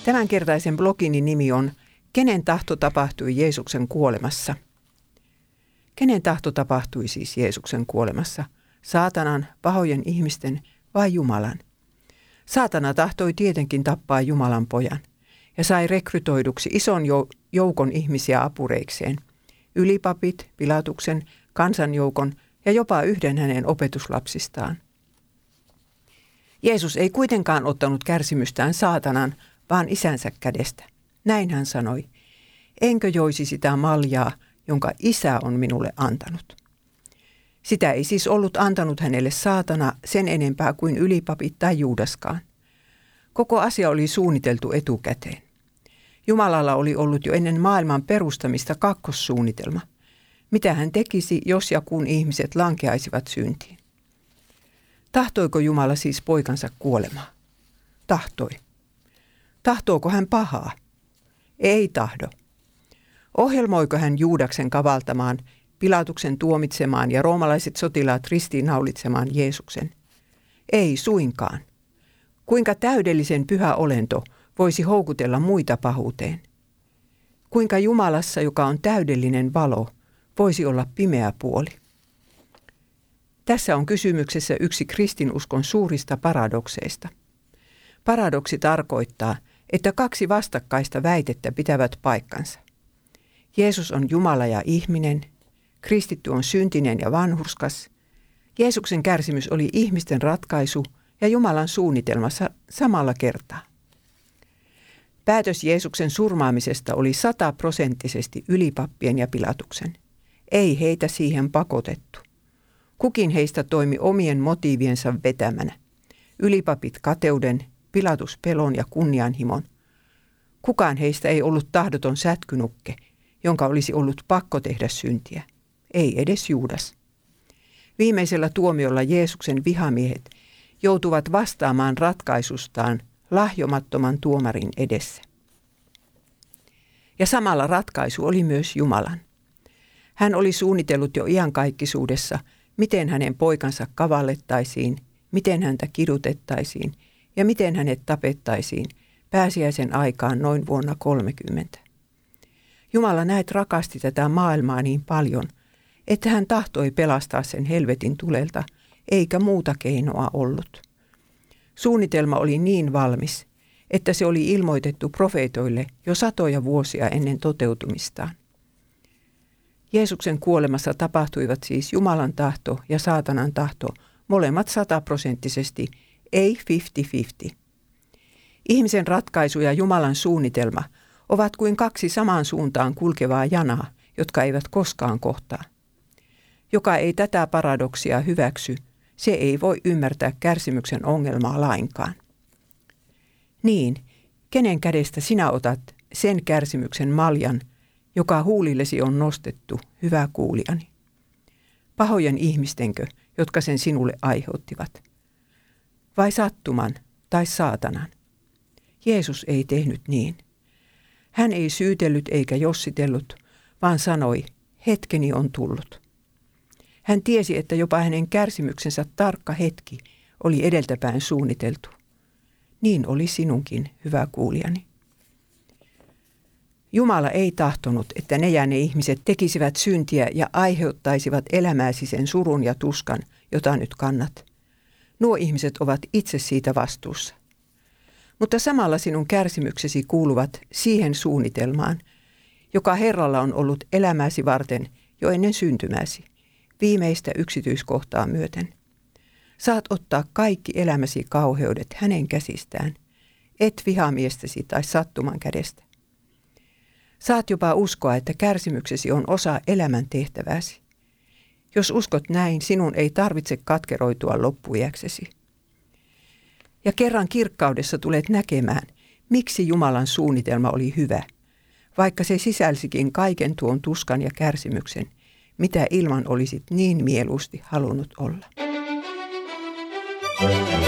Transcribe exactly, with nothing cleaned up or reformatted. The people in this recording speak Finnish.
Tämänkertaisen blogini nimi on Kenen tahto tapahtui Jeesuksen kuolemassa? Kenen tahto tapahtui siis Jeesuksen kuolemassa? Saatanan, pahojen ihmisten vai Jumalan? Saatana tahtoi tietenkin tappaa Jumalan pojan ja sai rekrytoiduksi ison joukon ihmisiä apureikseen. Ylipapit, Pilatuksen, kansanjoukon ja jopa yhden hänen opetuslapsistaan. Jeesus ei kuitenkaan ottanut kärsimystään saatanan, vaan isänsä kädestä. Näin hän sanoi, enkö joisi sitä maljaa, jonka isä on minulle antanut. Sitä ei siis ollut antanut hänelle saatana sen enempää kuin ylipapit tai Juudaskaan. Koko asia oli suunniteltu etukäteen. Jumalalla oli ollut jo ennen maailman perustamista kakkossuunnitelma. Mitä hän tekisi, jos ja kun ihmiset lankeaisivat syntiin? Tahtoiko Jumala siis poikansa kuolemaa? Tahtoi. Tahtooko hän pahaa? Ei tahdo. Ohjelmoiko hän Juudaksen kavaltamaan, Pilatuksen tuomitsemaan ja roomalaiset sotilaat ristiinnaulitsemaan Jeesuksen? Ei suinkaan. Kuinka täydellisen pyhä olento voisi houkutella muita pahuuteen? Kuinka Jumalassa, joka on täydellinen valo, voisi olla pimeä puoli? Tässä on kysymyksessä yksi kristinuskon suurista paradokseista. Paradoksi tarkoittaa, että kaksi vastakkaista väitettä pitävät paikkansa. Jeesus on Jumala ja ihminen, kristitty on syntinen ja vanhurskas. Jeesuksen kärsimys oli ihmisten ratkaisu ja Jumalan suunnitelmassa samalla kertaa. Päätös Jeesuksen surmaamisesta oli sataprosenttisesti ylipappien ja Pilatuksen. Ei heitä siihen pakotettu. Kukin heistä toimi omien motiiviensa vetämänä. Ylipapit kateuden, Pilatus pelon ja kunnianhimon. Kukaan heistä ei ollut tahdoton sätkynukke, jonka olisi ollut pakko tehdä syntiä. Ei edes Juudas. Viimeisellä tuomiolla Jeesuksen vihamiehet joutuvat vastaamaan ratkaisustaan lahjomattoman tuomarin edessä. Ja samalla ratkaisu oli myös Jumalan. Hän oli suunnitellut jo iankaikkisuudessa, miten hänen poikansa kavallettaisiin, miten häntä kidutettaisiin ja miten hänet tapettaisiin pääsiäisen aikaan noin vuonna kolmekymmentä. Jumala näet rakasti tätä maailmaa niin paljon, että hän tahtoi pelastaa sen helvetin tulelta, eikä muuta keinoa ollut. Suunnitelma oli niin valmis, että se oli ilmoitettu profeetoille jo satoja vuosia ennen toteutumistaan. Jeesuksen kuolemassa tapahtuivat siis Jumalan tahto ja saatanan tahto, molemmat sataprosenttisesti, ei viisikymmentä-viisikymmentä. Ihmisen ratkaisu ja Jumalan suunnitelma ovat kuin kaksi samaan suuntaan kulkevaa janaa, jotka eivät koskaan kohtaa. Joka ei tätä paradoksia hyväksy, se ei voi ymmärtää kärsimyksen ongelmaa lainkaan. Niin, kenen kädestä sinä otat sen kärsimyksen maljan, joka huulillesi on nostettu, hyvä kuulijani? Pahojen ihmistenkö, jotka sen sinulle aiheuttivat? Vai sattuman tai saatanan? Jeesus ei tehnyt niin. Hän ei syytellyt eikä jossitellut, vaan sanoi, hetkeni on tullut. Hän tiesi, että jopa hänen kärsimyksensä tarkka hetki oli edeltäpäin suunniteltu. Niin oli sinunkin, hyvä kuulijani. Jumala ei tahtonut, että ne ja ne ihmiset tekisivät syntiä ja aiheuttaisivat elämääsi sen surun ja tuskan, jota nyt kannat. Nuo ihmiset ovat itse siitä vastuussa. Mutta samalla sinun kärsimyksesi kuuluvat siihen suunnitelmaan, joka Herralla on ollut elämäsi varten jo ennen syntymääsi, viimeistä yksityiskohtaa myöten. Saat ottaa kaikki elämäsi kauheudet hänen käsistään, et vihamiestäsi tai sattuman kädestä. Saat jopa uskoa, että kärsimyksesi on osa elämän tehtävääsi. Jos uskot näin, sinun ei tarvitse katkeroitua loppuiäksesi. Ja kerran kirkkaudessa tulet näkemään, miksi Jumalan suunnitelma oli hyvä, vaikka se sisälsikin kaiken tuon tuskan ja kärsimyksen, mitä ilman olisit niin mieluusti halunnut olla.